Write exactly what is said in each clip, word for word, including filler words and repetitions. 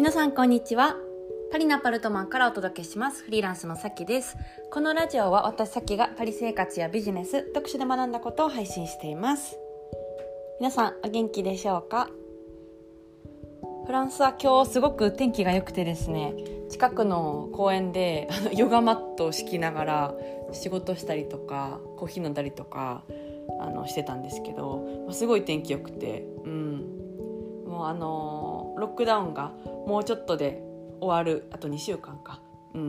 皆さんこんにちは。パリのアパルトマンからお届けします。フリーランスのさきです。このラジオは私さきがパリ生活やビジネス、読書で学んだことを配信しています。皆さんお元気でしょうか？フランスは今日すごく天気が良くてですね、近くの公園であのヨガマットを敷きながら仕事したりとかコーヒー飲んだりとかあのしてたんですけど、すごい天気良くて、うん、もうあのロックダウンがもうちょっとで終わる、あとにしゅうかんか、うん、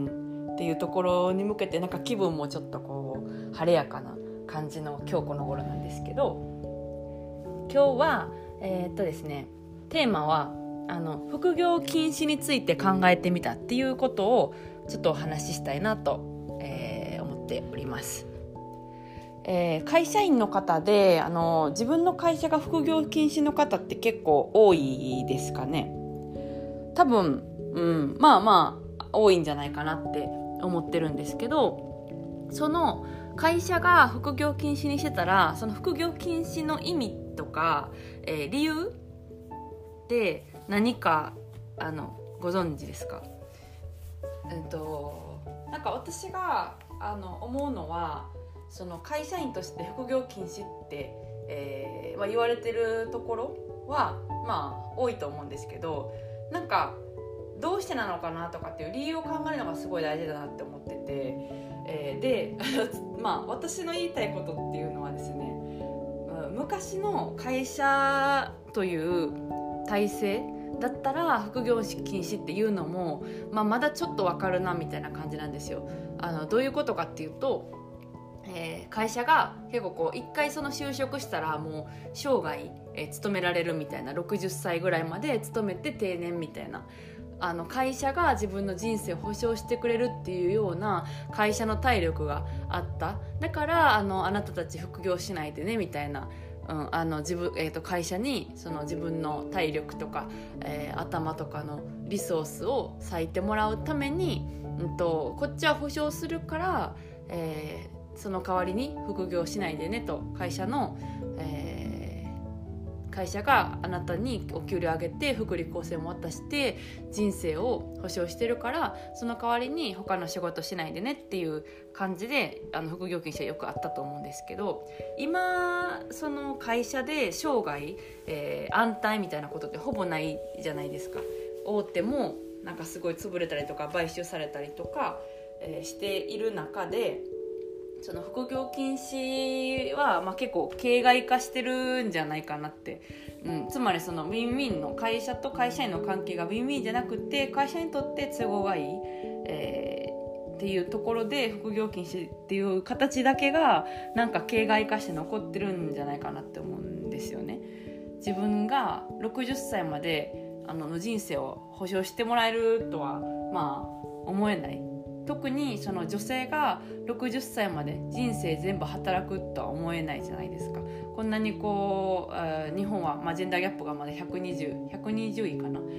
っていうところに向けてなんか気分もちょっとこう晴れやかな感じの今日この頃なんですけど、今日はえー、っとですねテーマはあの副業禁止について考えてみたっていうことをちょっとお話ししたいなと、えー、思っております。えー、会社員の方であの自分の会社が副業禁止の方って結構多いですかね。多分、うん、まあまあ多いんじゃないかなって思ってるんですけど、その会社が副業禁止にしてたら、その副業禁止の意味とか、えー、理由って何かあのご存知ですか？えっとなんか私があの思うのは、その会社員として副業禁止って、えーまあ、言われてるところはまあ多いと思うんですけど、なんかどうしてなのかなとかっていう理由を考えるのがすごい大事だなって思ってて、えー、でまあ私の言いたいことっていうのはですね、昔の会社という体制だったら副業禁止っていうのも、まあ、まだちょっとわかるなみたいな感じなんですよ。あのどういうことかっていうと、えー、会社が結構こう一回その就職したらもう生涯、えー、勤められるみたいな、ろくじゅっさいぐらいまで勤めて定年みたいな、あの会社が自分の人生を保証してくれるっていうような会社の体力があった。だからあのあなたたち副業しないでねみたいな、うん、あの自分、えーと、会社にその自分の体力とか、えー、頭とかのリソースを割いてもらうために、うんと、こっちは保証するから、えーその代わりに副業しないでねと、会社の、えー、会社があなたにお給料上げて福利厚生も渡して人生を保証してるから、その代わりに他の仕事しないでねっていう感じであの副業禁止はよくあったと思うんですけど、今その会社で生涯、えー、安泰みたいなことってほぼないじゃないですか。大手もなんかすごい潰れたりとか買収されたりとか、えー、している中で、その副業禁止は、まあ、結構形骸化してるんじゃないかなって、うん、つまりそのウィンウィンの会社と会社員の関係がウィンウィンじゃなくて、会社にとって都合がいい、えー、っていうところで副業禁止っていう形だけがなんか形骸化して残ってるんじゃないかなって思うんですよね。自分がろくじゅっさいまであの人生を保証してもらえるとはまあ思えない。特にその女性がろくじゅっさいまで人生全部働くとは思えないじゃないですか。こんなにこう日本は、まあ、ジェンダーギャップがまだひゃくにじゅう、ひゃくにじゅういかな、うん、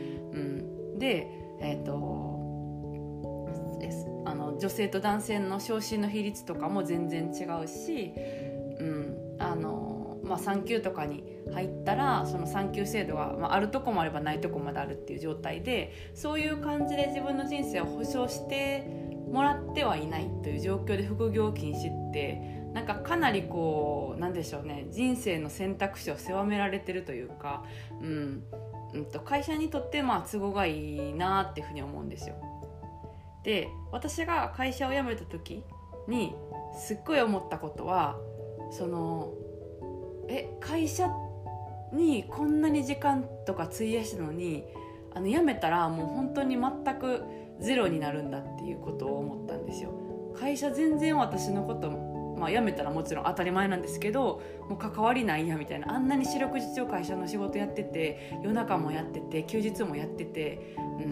で、えーと、あの女性と男性の昇進の比率とかも全然違うし、うん、あのまあ、産休とかに入ったらその産休制度が、まあ、あるとこもあればないとこまであるっていう状態で、そういう感じで自分の人生を保証してもらってはいないという状況で副業禁止ってなんかかなりこうなんでしょうね、人生の選択肢を狭められてるというか、うんうん、と会社にとってまあ都合がいいなっていうふうに思うんですよ。で、私が会社を辞めた時にすっごい思ったことは、そのえ会社にこんなに時間とか費やしたのにあの辞めたらもう本当に全くゼロになるんだっていうことを思ったんですよ。会社全然私のこと、まあ、辞めたらもちろん当たり前なんですけど、もう関わりないやみたいな、あんなに四六時中会社の仕事やってて夜中もやってて休日もやってて、うん、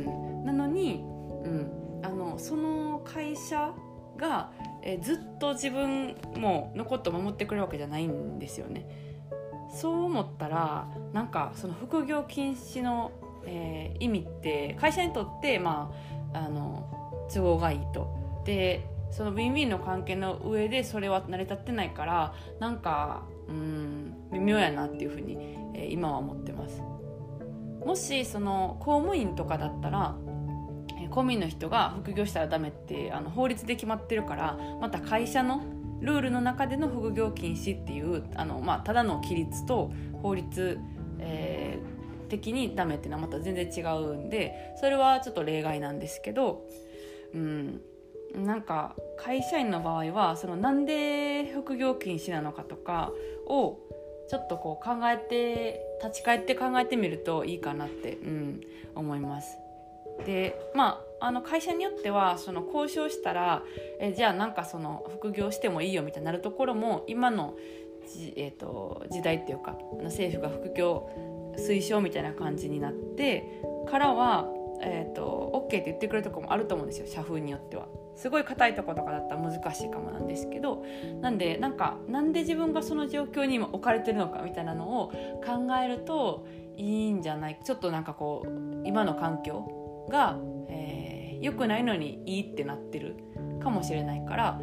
なのに、うん、あのその会社がえずっと自分ものことを守ってくれるわけじゃないんですよね。そう思ったらなんかその副業禁止の、えー、意味って会社にとってまああの都合がいいと。でそのウィンウィンの関係の上でそれは成り立ってないから、なんかうーん微妙やなっていうふうに、えー、今は思ってます。 もしその公務員とかだったら公務員の人が副業したらダメってあの法律で決まってるから、また会社のルールの中での副業禁止っていうあの、まあ、ただの規律と法律、えー、的にダメっていうのはまた全然違うんで、それはちょっと例外なんですけど、うん、なんか会社員の場合はそのなんで副業禁止なのかとかをちょっとこう考えて立ち返って考えてみるといいかなって、うん、思います。で、まあ、あの会社によってはその交渉したらえじゃあなんかその副業してもいいよみたいになるところも今のじ、えーと、時代っていうか政府が副業推奨みたいな感じになってからは、えーと、OK って言ってくれるところもあると思うんですよ。社風によってはすごい硬いところとかだったら難しいかもなんですけど、なんでなんかなんで自分がその状況に今置かれてるのかみたいなのを考えるといいんじゃない、ちょっとなんかこう今の環境が、えー、良くないのにいいってなってるかもしれないから、うん、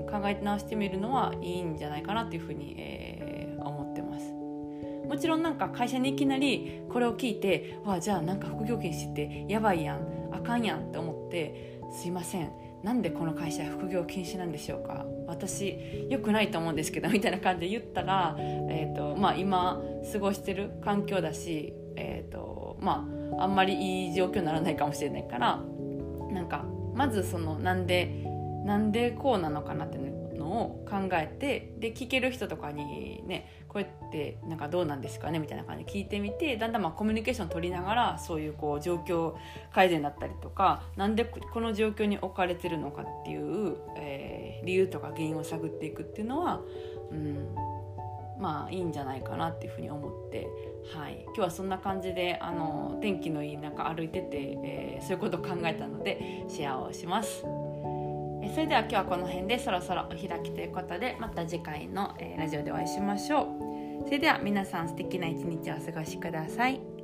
考え直してみるのはいいんじゃないかなっていうふうに、えー、思ってます。もちろんなんか会社にいきなりこれを聞いて、わあじゃあなんか副業禁止ってやばいやん、あかんやんって思って、すいませんなんでこの会社は副業禁止なんでしょうか、私良くないと思うんですけどみたいな感じで言ったら、えーとまあ、今過ごしてる環境だし、えーとまあ、あんまりいい状況にならないかもしれないから、なんかまずそのなんでなんでこうなのかなっていうのを考えて、で聞ける人とかにねこうやってなんかどうなんですかねみたいな感じで聞いてみて、だんだんまあコミュニケーション取りながらそういうこう状況改善だったりとか、なんでこの状況に置かれてるのかっていう、えー、理由とか原因を探っていくっていうのは、うん、まあいいんじゃないかなっていうふうに思って、はい、今日はそんな感じであの天気のいい中歩いてて、えー、そういうことを考えたのでシェアをします。それでは今日はこの辺でそろそろお開きということで、また次回の、えー、ラジオでお会いしましょう。それでは皆さん素敵な一日をお過ごしください。